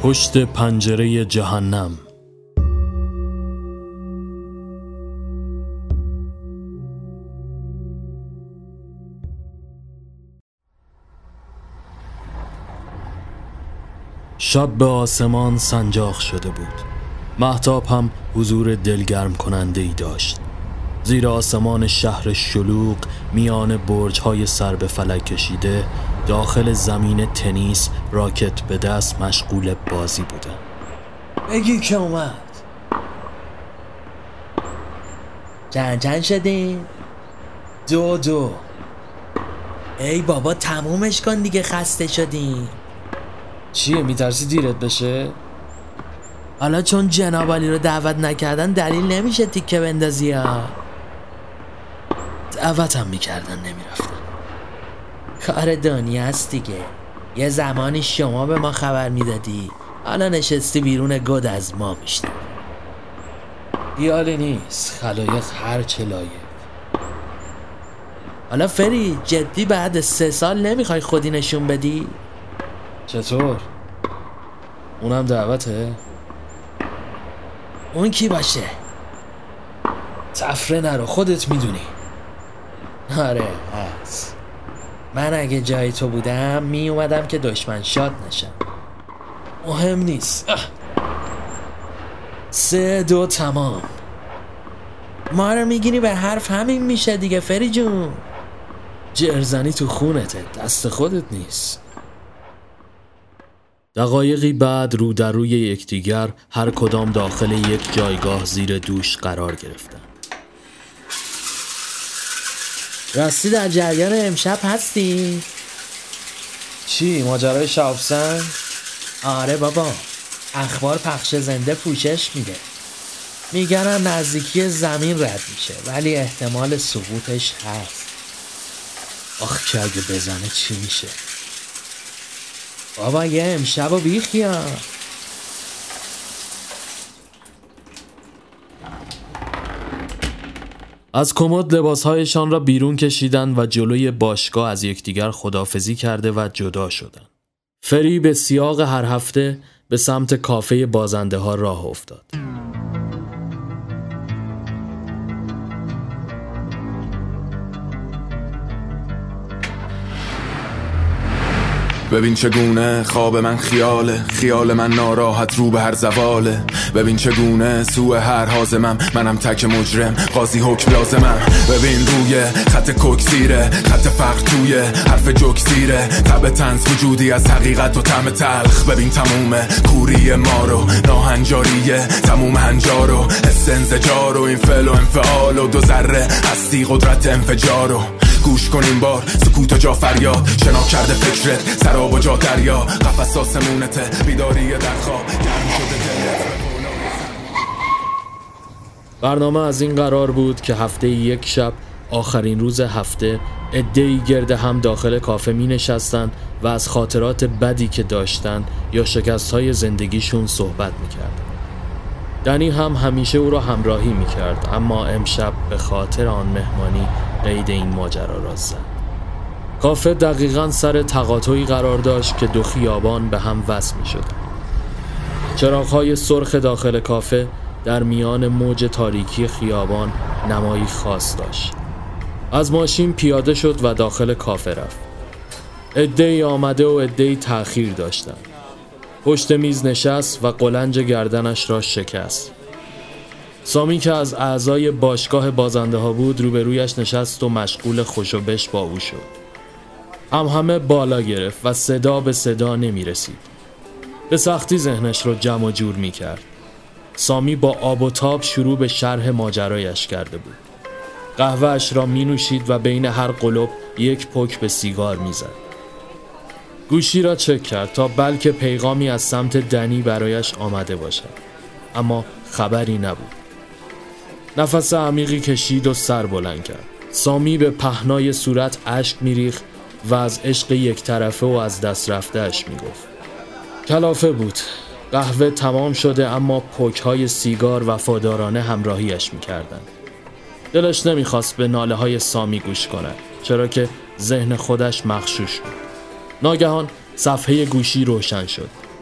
پشت پنجره جهنم. شب به آسمان سنجاق شده بود. مهتاب هم حضور دلگرم کننده ای داشت. زیر آسمان شهر شلوغ، میان برج‌های سر به فلک کشیده، داخل زمین تنیس راکت به دست مشغول بازی بودن. بگی که اومد. چند شدیم؟ 2-2. ای بابا تمومش کن دیگه، خسته شدیم. چیه میترسی دیرت بشه؟ حالا چون جناب علی رو دعوت نکردن دلیل نمیشه تیکه بندازی ها. دعوتم میکردن نمیرفتم. کار دنیا است دیگه. یه زمانی شما به ما خبر میدادی، حالا نشستی بیرون گود از ما میشنی. بیالی نیست، خلایق هر چه لایق. حالا فری جدی بعد 3 سال نمیخوای خودی نشون بدی؟ چطور؟ اونم دعوته؟ اون کی باشه؟ تفره نرو، خودت میدونی. آره هست. من اگه جای تو بودم می اومدم که دشمن شاد نشم. مهم نیست. 3-2 تمام. ما رو میگیری به حرف، همین میشه دیگه فری جون. جرزنی تو خونته، دست خودت نیست. دقایقی بعد رو در روی یکدیگر هر کدام داخل یک جایگاه زیر دوش قرار گرفتند. راستی در جریان امشب هستی؟ چی؟ ماجرای شهابسنگ؟ آره بابا، اخبار پخش زنده پوشش میده. میگن نزدیکی زمین رد میشه، ولی احتمال سقوطش هست. آخ که اگه بزنه چی میشه؟ بابا یه امشب و بیخیال. از کمد لباسهایشان را بیرون کشیدند و جلوی باشگاه از یکدیگر خداحافظی کرده و جدا شدند. فری به سیاق هر هفته به سمت کافه بازنده ها راه افتاد. ببین چگونه خواب من خیاله، خیال من ناراحت رو به هر زواله. ببین چگونه سوء هر حازمم، منم تک مجرم قاضی حکم لازمم. ببین روی خط کوکسیره، خط فقر توی حرف جوکسیره. تب تنز وجودی از حقیقت و طعم تلخ. ببین تموم کوری ما رو ناهنجاریه، تموم هنجار و حس انزجار و این فعل و انفعال و 2 ذره هستی قدرت انفجارو. گوش کن این بار سکوت و جا فریاد، شنا کرده فکرت سراب و جا دریا. قفس آسمونته بیداری در خواب گرم شده دلت. برنامه از این قرار بود که هفته یک شب، آخرین روز هفته، عده‌ای گرد هم داخل کافه می نشستن و از خاطرات بدی که داشتن یا شکست‌های زندگیشون صحبت می کردن. دنی هم همیشه او را همراهی می کرد، اما امشب به خاطر آن مهمانی قید این ماجرا را زد. کافه دقیقاً سر تقاطعی قرار داشت که 2 خیابان به هم وصل می شدند. چراغ‌های سرخ داخل کافه در میان موج تاریکی خیابان نمایی خاص داشت. از ماشین پیاده شد و داخل کافه رفت. عده‌ای آمده و عده‌ای تأخیر داشتند. پشت میز نشست و قلنج گردنش را شکست. سامی که از اعضای باشگاه بازنده ها بود روبرویش نشست و مشغول خوشوبش با او شد. همه بالا گرفت و صدا به صدا نمی رسید. به سختی ذهنش رو جمع و جور می کرد. سامی با آب و تاب شروع به شرح ماجرایش کرده بود. قهوه‌اش را می نوشید و بین هر قلوب یک پک به سیگار می زد. گوشی را چک کرد تا بلکه پیغامی از سمت دنی برایش آمده باشد، اما خبری نبود. نفس عمیقی کشید و سر بلند کرد. سامی به پهنای صورت اشک میریخت و از عشق یک طرفه و از دست رفته‌اش میگفت. کلافه بود. قهوه تمام شده اما پک‌های سیگار وفادارانه همراهیش میکردند. دلش نمیخواست به ناله های سامی گوش کند، چرا که ذهن خودش مغشوش بود. ناگهان صفحه گوشی روشن شد.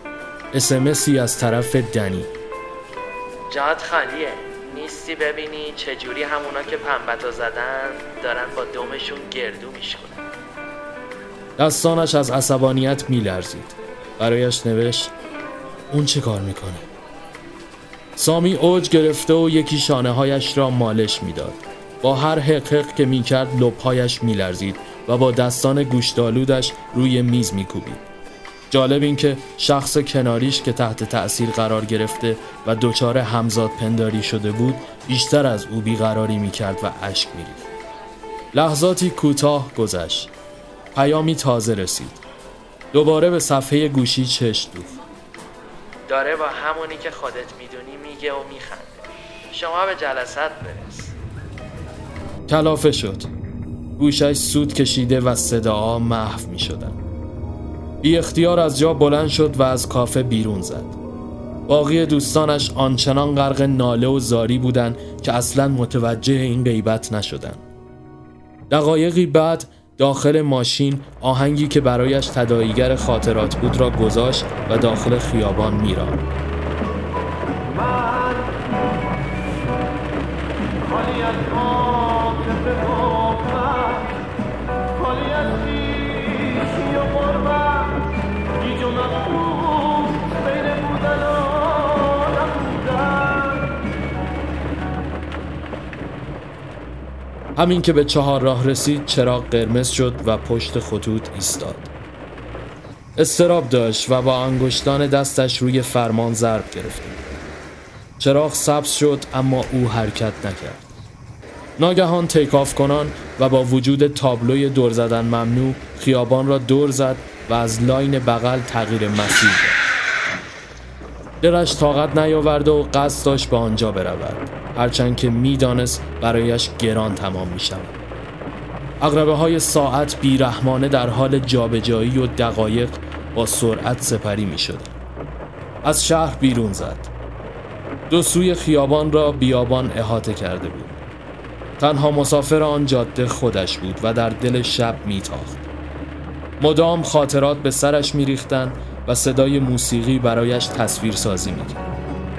اسمسی از طرف دنی. جات خالیه، نیستی ببینی چجوری همونا که پنبتو زدن دارن با دمشون گردو میشکنن. دستانش از عصبانیت میلرزید. برایش نوشت اون چه کار میکنه؟ سامی اوج گرفته و یکی شانه هایش را مالش میداد. با هر حقق که میکرد لبهایش میلرزید و با دستان گوشتالودش روی میز میکوبید. جالب این که شخص کناریش که تحت تأثیر قرار گرفته و دچار همزاد پنداری شده بود بیشتر از او بیقراری میکرد و اشک میریخت. لحظاتی کوتاه گذشت. پیامی تازه رسید. دوباره به صفحه گوشی چشم دوخت. داره با همونی که خودت میدونی میگه و میخنده. شما به جلسات برس. کلافه شد. گوشش سود کشیده و صداها محو میشدن. بی اختیار از جا بلند شد و از کافه بیرون زد. باقی دوستانش آنچنان غرق ناله و زاری بودند که اصلاً متوجه این غیبت نشدند. دقایقی بعد داخل ماشین آهنگی که برایش تداعیگر خاطرات بود را گذاشت و داخل خیابان می‌راند. همین که به چهارراه رسید چراغ قرمز شد و پشت خطوط ایستاد. اضطراب داشت و با انگشتان دستش روی فرمان ضرب گرفت. چراغ سبز شد اما او حرکت نکرد. ناگهان تیک آف کنان و با وجود تابلوی دور زدن ممنوع خیابان را دور زد و از لاین بغل تغییر مسیر داد. دلش طاقت نیاورد و قصد داشت به آنجا برود، هرچند که میدانست برایش گران تمام می شود. عقربه های ساعت بیرحمانه در حال جابجایی و دقایق با سرعت سپری می شد. از شهر بیرون زد. دو سوی خیابان را بیابان احاطه کرده بود. تنها مسافر آن جاده خودش بود و در دل شب می تاخت. مدام خاطرات به سرش می ریختن و صدای موسیقی برایش تصویر سازی می کرد.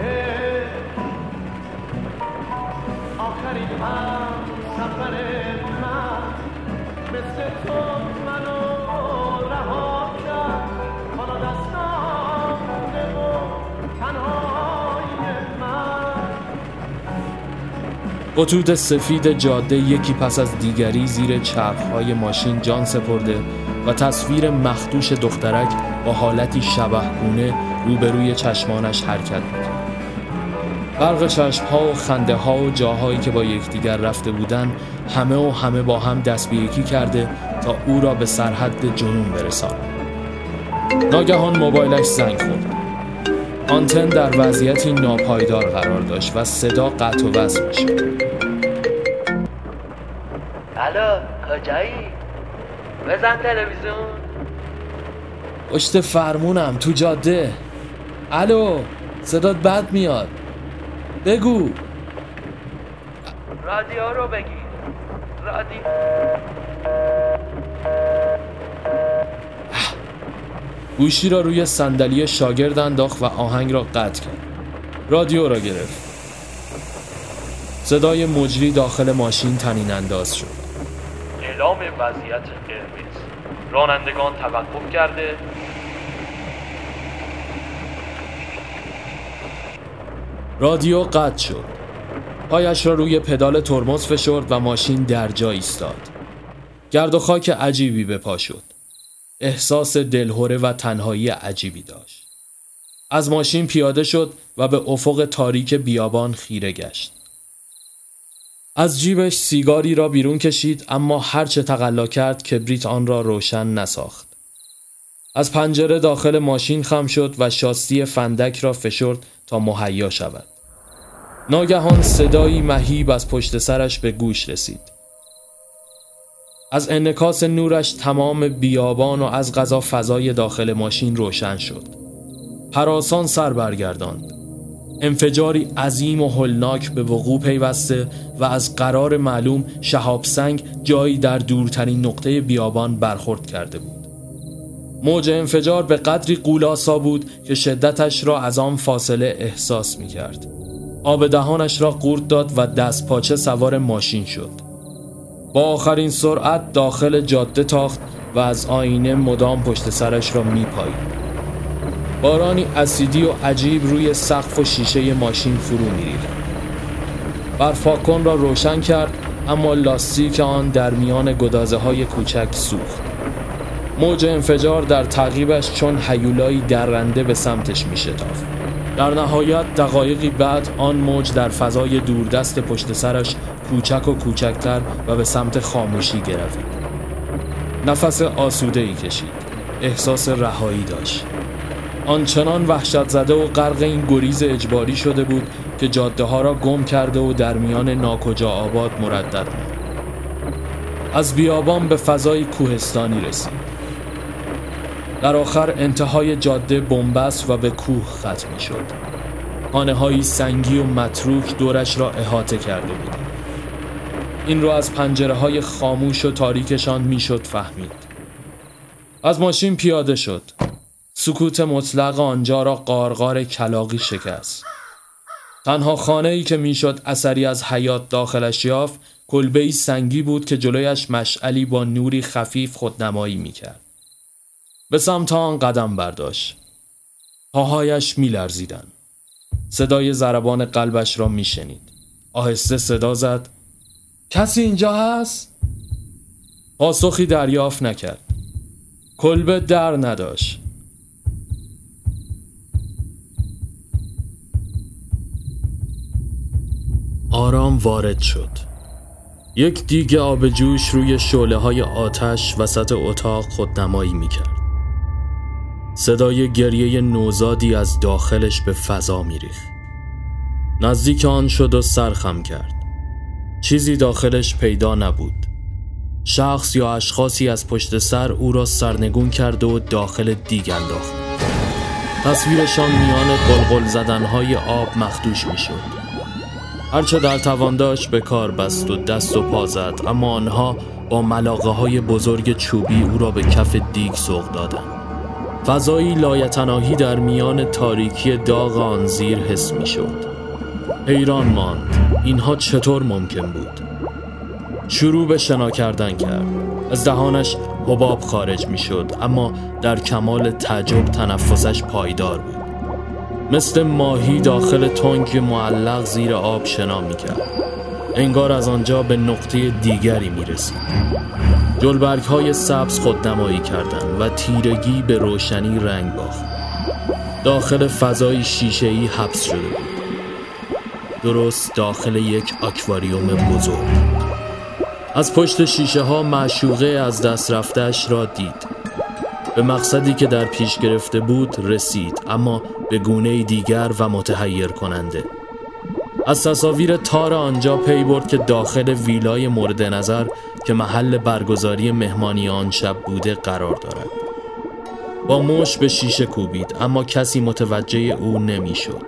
خطوط سفید جاده یکی پس از دیگری زیر چرخ‌های ماشین جان سپرده و تصویر مخدوش دخترک با حالتی شبحگونه روبروی چشمانش حرکت می‌کرد. برق چشم‌ها و خنده‌ها و جاهایی که با یکدیگر رفته بودند همه با هم دست به یکی کرده تا او را به سرحد جنون برساند. ناگهان موبایلش زنگ خورد. آنتن در وضعیتی ناپایدار قرار داشت و صدا قطع و وصل می‌شد. الو، کجایی؟ بزن تلویزیون. پشت فرمونم تو جاده. الو، صدات بد میاد. بگو. رادیو رو بگیر. رادیو. گوشی را روی صندلی شاگرد انداخت و آهنگ را قطع کرد. رادیو را گرفت. صدای مجری داخل ماشین طنین انداز شد. اعلام وضعیت قرمز. رانندگان توقف کرده. رادیو قطع شد. پایش را روی پدال ترمز فشرد و ماشین در جا ایستاد. گرد و خاک عجیبی به پا شد. احساس دلهره و تنهایی عجیبی داشت. از ماشین پیاده شد و به افق تاریک بیابان خیره گشت. از جیبش سیگاری را بیرون کشید اما هرچه تقلا کرد کبریت آن را روشن نساخت. از پنجره داخل ماشین خم شد و شاسی فندک را فشرد تا مهیا شود. ناگهان صدایی مهیب از پشت سرش به گوش رسید. از انعکاس نورش تمام بیابان و از قضا فضای داخل ماشین روشن شد. هراسان سر برگرداند. انفجاری عظیم و هولناک به وقوع پیوسته و از قرار معلوم شهاب سنگ جایی در دورترین نقطه بیابان برخورد کرده بود. موج انفجار به قدری غول‌آسا بود که شدتش را از آن فاصله احساس می کرد. آب دهانش را قورت داد و دست پاچه سوار ماشین شد. با آخرین سرعت داخل جاده تاخت و از آینه مدام پشت سرش را می پایید. بارانی اسیدی و عجیب روی سقف و شیشه ماشین فرو می ریخت. برفاکن را روشن کرد، اما لاستیک آن در میان گدازه‌های کوچک سوخت. موج انفجار در تعقیبش چون هیولایی درنده به سمتش می شتافت. در نهایت دقایقی بعد آن موج در فضای دوردست پشت سرش کوچک و کوچکتر و به سمت خاموشی گروید. نفس آسوده‌ای کشید. احساس رهایی داشت. آنچنان وحشت زده و غرق این گریز اجباری شده بود که جاده ها را گم کرده و در میان ناکجا آباد مردد ماند. از بیابان به فضای کوهستانی رسید. در آخر انتهای جاده بنبست و به کوه ختم شد. خانه‌های سنگی و متروک دورش را احاطه کرده بود. این را از پنجره‌های خاموش و تاریکشان میشد فهمید. از ماشین پیاده شد. سکوت مطلق آنجا را قارقار کلاغی شکست. تنها خانه‌ای که میشد اثری از حیات داخلش یافت، کلبه‌ای سنگی بود که جلویش مشعلی با نوری خفیف خودنمایی میکرد. به سمت آن قدم برداشت. پاهایش میلرزیدند. صدای ضربان قلبش را میشنید. آهسته صدا زد: کسی اینجا هست؟ پاسخی دریافت نکرد. کلبه در نداشت. آرام وارد شد. یک دیگ آب جوش روی شعله‌های آتش وسط اتاق خودنمایی می‌کرد. صدای گریه نوزادی از داخلش به فضا می‌ریخت. نزدیک آن شد و سر خم کرد. چیزی داخلش پیدا نبود. شخص یا اشخاصی از پشت سر او را سرنگون کرد و داخل دیگ انداخت. تصویرشان میان قلقل زدن‌های آب مخدوش می‌شد. هرچه در توان داشت به کار بست و دست و پا زد، اما آنها با ملاقه‌های بزرگ چوبی او را به کف دیگ سوق دادند. فضایی لایتناهی در میان تاریکی داغ آن زیر حس می‌شد. حیران ماند. اینها چطور ممکن بود؟ شروع به شنا کردن کرد. از دهانش حباب خارج می‌شد، اما در کمال تعجب تنفسش پایدار بود. مثل ماهی داخل تنگ معلق زیر آب شنا می‌کرد. انگار از آنجا به نقطه دیگری می‌رسید. جلبرگ‌های سبز خودنمایی کردند و تیرگی به روشنی رنگ باخت. داخل فضای شیشه‌ای حبس شده بود. درست داخل یک آکواریوم بزرگ. از پشت شیشه‌ها معشوقه از دست رفته‌اش را دید. به مقصدی که در پیش گرفته بود رسید، اما به گونه دیگر و متحیر کننده. از تصاویر تار آنجا پی برد که داخل ویلای مورد نظر که محل برگزاری مهمانی آن شب بوده قرار دارد. با مشت به شیشه کوبید، اما کسی متوجه او نمیشد.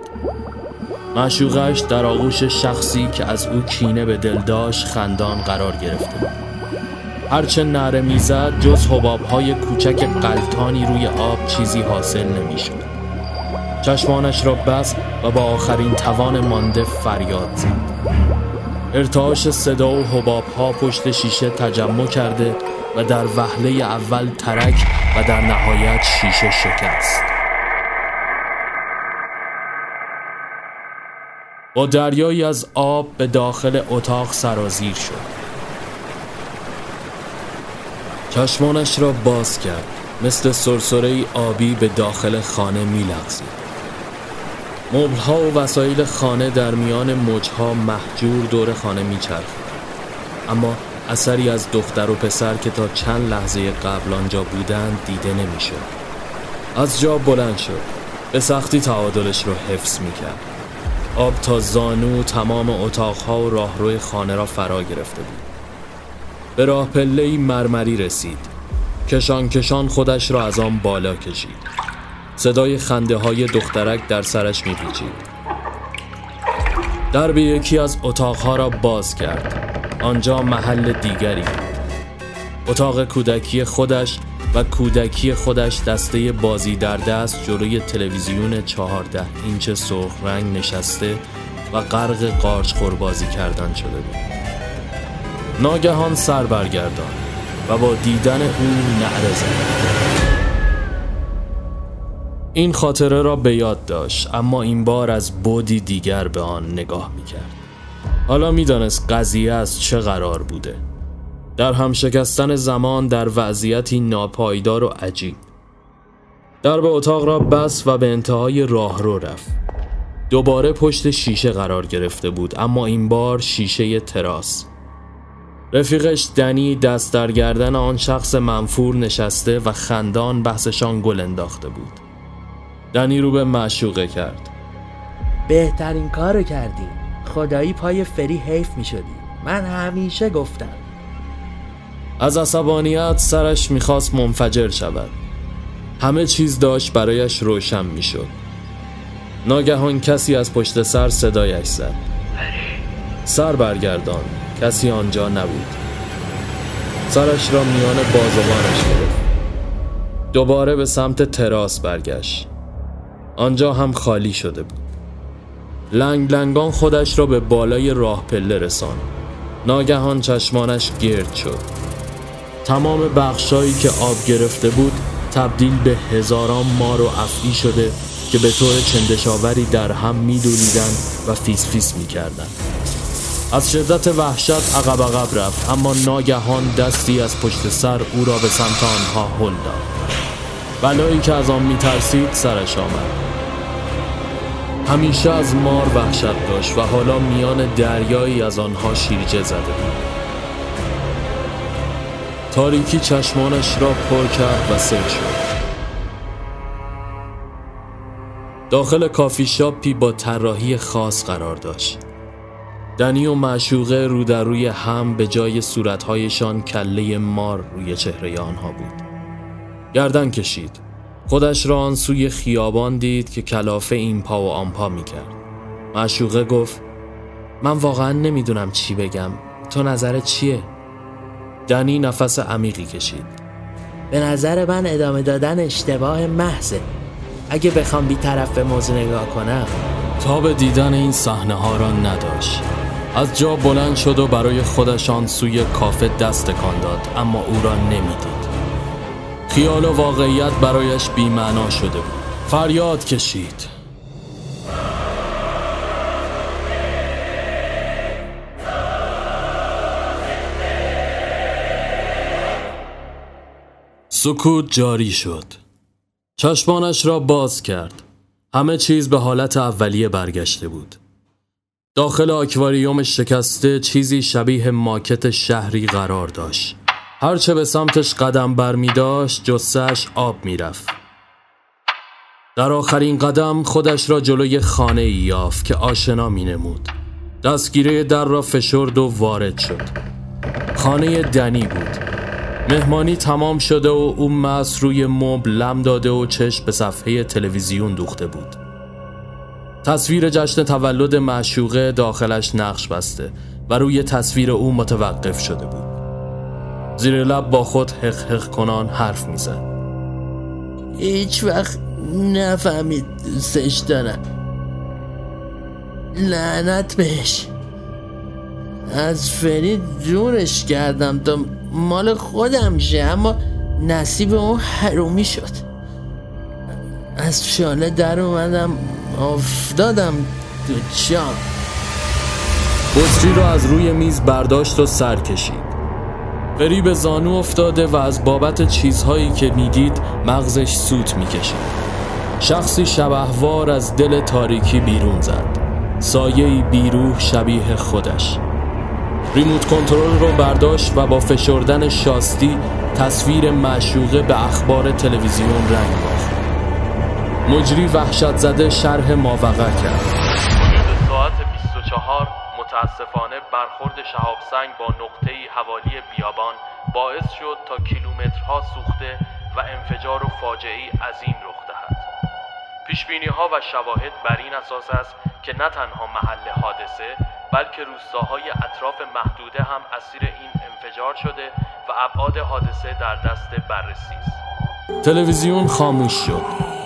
معشوقش در آغوش شخصی که از او کینه به دل داشت خندان قرار گرفته بود. هرچه نعره میزد جز حباب‌های کوچک غلتانی روی آب چیزی حاصل نمیشد. چشمانش را بست و با آخرین توان مانده فریاد زد. ارتعاش صدا و حباب‌ها پشت شیشه تجمع کرده و در وهله اول ترک و در نهایت شیشه شکست. با دریایی از آب به داخل اتاق سرازیر شد. چشمانش را باز کرد. مثل سرسره‌ای آبی به داخل خانه می‌لغزید. مبل‌ها و وسایل خانه در میان موج‌ها محجور دور خانه می‌چرخید. اما اثری از دختر و پسر که تا چند لحظه قبل آنجا بودند دیده نمی‌شد. از جا بلند شد. به سختی تعادلش را حفظ می‌کرد. آب تا زانو تمام اتاق‌ها و راهروی خانه را فرا گرفته بود. به راه پله‌ای مرمری رسید. کشان کشان خودش را از آن بالا کشید. صدای خنده‌های دخترک در سرش می‌پیچید. درب یکی از اتاق‌ها را باز کرد. آنجا محل دیگری بود. اتاق کودکی خودش و کودکی خودش دسته بازی در دست جلوی تلویزیون 14 اینچ سرخ رنگ نشسته و غرق قارچخور بازی کردن شده بود. ناگهان سر برگردان و با دیدن او نعره زد. این خاطره را به یاد داشت، اما این بار از بعدی دیگر به آن نگاه می‌کرد. حالا می‌دانست قضیه از چه قرار بوده. در هم شکستن زمان در وضعیتی ناپایدار و عجیب. درب اتاق را بست و به انتهای راهرو رفت. دوباره پشت شیشه قرار گرفته بود، اما این بار شیشه تراس. رفیقش دنی دست در گردن آن شخص منفور نشسته و خندان بحثشان گل انداخته بود. دنی رو به معشوقه کرد. بهترین کارو کردی. خدایی پای فری حیف می شدی. من همیشه گفتم. از عصبانیت سرش میخواست منفجر شود. همه چیز داشت برایش روشن میشد. ناگهان کسی از پشت سر صدایش زد. سر برگردان. کسی آنجا نبود. سرش را میان بازوانش گرفت. دوباره به سمت تراس برگشت. آنجا هم خالی شده بود. لنگ لنگان خودش را به بالای راه پله رساند. ناگهان چشمانش گرد شد. تمام بخشایی که آب گرفته بود تبدیل به هزاران مار و افعی شده که به طور چندشاوری در هم می‌دولیدن و فیس فیس می‌کردند. از شدت وحشت عقب رفت، اما ناگهان دستی از پشت سر او را به سمت آنها هل داد. بلایی که از آن می‌ترسید سرش آمد. همیشه از مار وحشت داشت و حالا میان دریایی از آنها شیرجه زده بود. تاریکی چشمانش را پر کرد و سر شد. داخل کافی شاپی با طراحی خاص قرار داشت. دنی و معشوقه رو در روی هم به جای صورتهایشان کله مار روی چهره آنها بود. گردن کشید. خودش را آن سوی خیابان دید که کلافه این پا و آن پا می کرد. معشوقه گفت من واقعا نمیدونم چی بگم. تو نظرت چیه؟ دنی نفس عمیقی کشید. به نظر من ادامه دادن اشتباه محضه. اگه بخوام بی‌طرف به موضوع نگاه کنم. تاب دیدن این صحنه ها را نداشت. از جا بلند شد و برای خودش آن سوی کافه دست تکان داد، اما او را نمیدید. خیال و واقعیت برایش بی‌معنا شده بود. فریاد کشید. سکوت جاری شد. چشمانش را باز کرد. همه چیز به حالت اولیه برگشته بود. داخل آکواریوم شکسته چیزی شبیه ماکت شهری قرار داشت. هرچه به سمتش قدم بر می داشت جثه‌اش آب می رفت. در آخرین قدم خودش را جلوی خانه‌ای یافت که آشنا می نمود. دستگیره در را فشرد و وارد شد. خانه دنی بود. مهمانی تمام شده و او مست روی مبل لم داده و چشم به صفحه تلویزیون دوخته بود. تصویر جشن تولد معشوقه داخلش نقش بسته و روی تصویر او متوقف شده بود. زیر لب با خود حق حق کنان حرف میزد. هیچ وقت نفهمید دوستش دارم. لعنت بهش. از فرید جورش کردم تا مال خودم شه، اما نصیب اون حرومی شد. از شاله در اومدم افتادم تو چاه. بطری رو از روی میز برداشت و سر کشید. فری به زانو افتاده و از بابت چیزهایی که میدید مغزش سوت میکشید. شخصی شبحوار از دل تاریکی بیرون زد. سایه‌ای بیروح شبیه خودش. ریموت کنترل رو برداشت و با فشردن شاستی تصویر معشوقه به اخبار تلویزیون رنگ باخت. مجری وحشت زده شرح ماوقع کرد. حدود ساعت 24 متاسفانه برخورد شهاب سنگ با نقطه‌ای حوالی بیابان باعث شد تا کیلومترها سوخته و انفجار و فاجعه‌ای عظیم رخ دهد. پیشبینی‌ها و شواهد بر این اساس است که نه تنها محل حادثه بلکه روستاهای اطراف محدوده هم اسیر این انفجار شده و ابعاد حادثه در دست بررسی است. تلویزیون خاموش شد.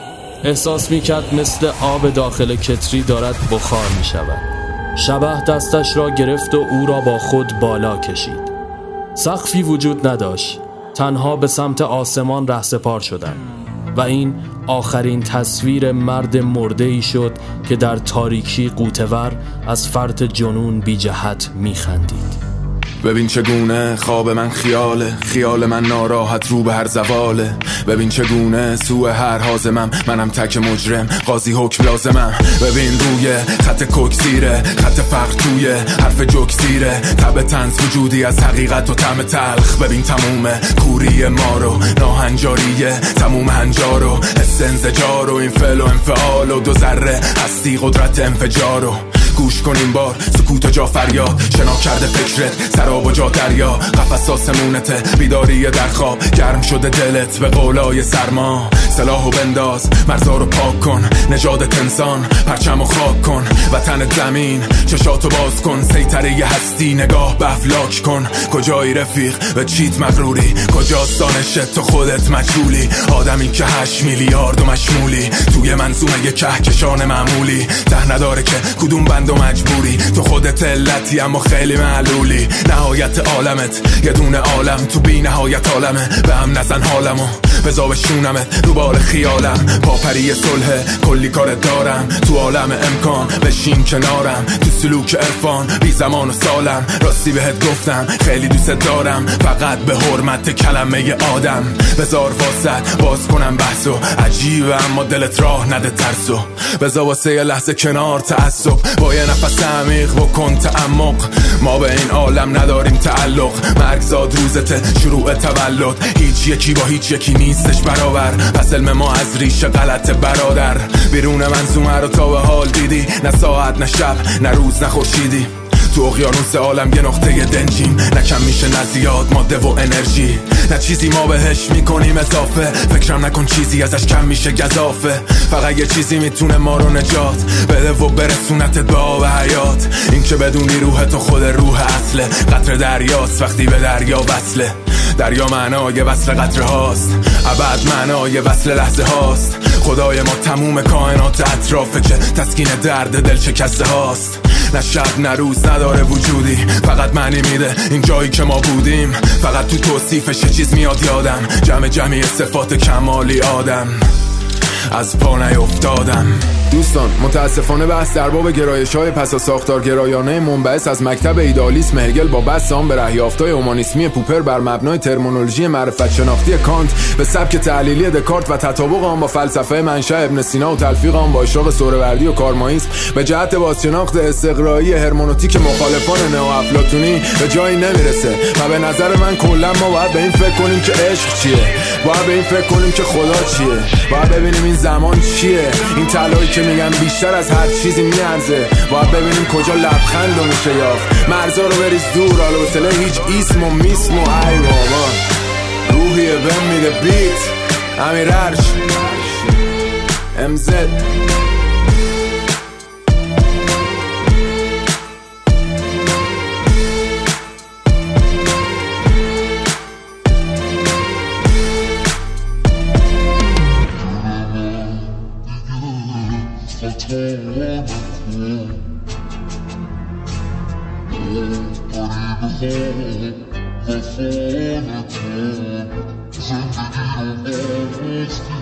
احساس میکرد مثل آب داخل کتری دارد بخار میشود. شبح دستش را گرفت و او را با خود بالا کشید. سقفی وجود نداشت. تنها به سمت آسمان رهسپار شدند و این آخرین تصویر مرد مرده‌ای شد که در تاریکی غوطه‌ور از فرط جنون بی جهت میخندید. ببین چگونه خواب من خیاله، خیال من ناراحت رو به هر زواله. ببین چگونه سوء هر حازمم، منم تک مجرم قاضی حکم لازمم. ببین روی خط کوکسیره، خط فقر توی حرف جوکسیره. تب تنز وجودی از حقیقت و طعم تلخ. ببین تموم کوری ما رو ناهنجاریه، تموم هنجار و حس انزجار و این فعل و انفعال و دو ذره هستی قدرت انفجار. گوش کن این بار سکوت جا فریاد، شنا کرده فکرت سراب و جا دریا. قفس آسمونته بیداری در خواب، گرم شده دلت به قولای سرما. سلاحو بنداز مرزا رو پاک کن، نژادت انسان پرچمو خاک کن. وطن زمین چشاتو باز کن، سیطره هستی نگاه به افلاک کن. کجایی رفیق به چیت مغروری، کجاست دانشت تو خودت مجهولی. آدمی که 8 میلیارد و مشمولی، توی منظومه یه کهکشان معمولی. ته نداره که کدوم بند و مجبوری، تو خودت علتی اما خیلی معلولی. نهایت عالمت یه دونه عالم، تو بی نهایت عالمه. به هم نزن حالمو بزا بشونمت رو بار خیالم. پاپری صلح کلی کار دارم، تو عالم امکان بشین کنارم. تو سلوک عرفان بی زمان و سالم، راستی بهت گفتم خیلی دوست دارم. فقط به حرمت کلمه آدم بزار واسط باز کنم بحثو. عجیبه اما دلت راه نده ترسو. بزا واسه یه لحظه کنار تعصب، با یه نفس عمیق بکن تعمق. ما به این عالم نداریم تعلق، مرگ زاد روزت شروع تولد. هیچ یکی با هیچ یکی نیستش برابر، پس علم ما از ریشه غلط برادر. بیرون منظومه رو تا به حال دیدی، نه ساعت نه شب نه روز نه خورشیدی. تو اقیانوس عالم یه نقطه دنجیم، نه کم میشه نه زیاد ماده و انرژی. نه چیزی ما بهش میکنیم اضافه، فکرم نکن چیزی ازش کم میشه گزافه. فقط یه چیزی میتونه ما رو نجات بده و برسونتت به آب حیات. این که بدونی روح تو خود روح اصله، قطر دریاست وقتی به دریا وصله. دریا معنای وصل قطره هاست، ابد معنای وصل لحظه هاست. خدای ما تموم کائنات اطرافه که تسکین درد دل شکسته هاست. نه شب نه روز نداره وجودی، فقط معنی میده این جایی که ما بودیم. فقط تو توصیفش یه چیز میاد یادم، جمعی صفات کمالی آدم. از پا نیفتادم. دوستان متاسفانه بحث در باب گرایش‌های پس از ساختارگرایانه منبعث از مکتب ایدالیسم هگل با بحث آن به رهیافت‌های اومانیسمی پوپر بر مبنای ترمینولوژی معرفت شناختی کانت به سبک تعلیلی دکارت و تطابق آن با فلسفه منشأ ابن سینا و تلفیق آن با اشراق سهروردی و کارماییسم به جهت بازشناخت استقرایی هرمنوتیک مخالفان نئوافلاطونی به جایی نمیرسه. و به نظر من کلا ما باید به این فکر کنیم که عشق چیه، باید به این فکر کنیم که خدا چیه، باید ببینیم این زمان چیه، این طلایی که میگن بیشتر از هر چیزی میارزه. باید ببینیم کجا لبخند رو میشه یافت، مرزا رو بریز دور، حالا هیچ اسم و میسم و ای بابا. روحیه بهم میده بیت امیر عرش MZ. زندگی رو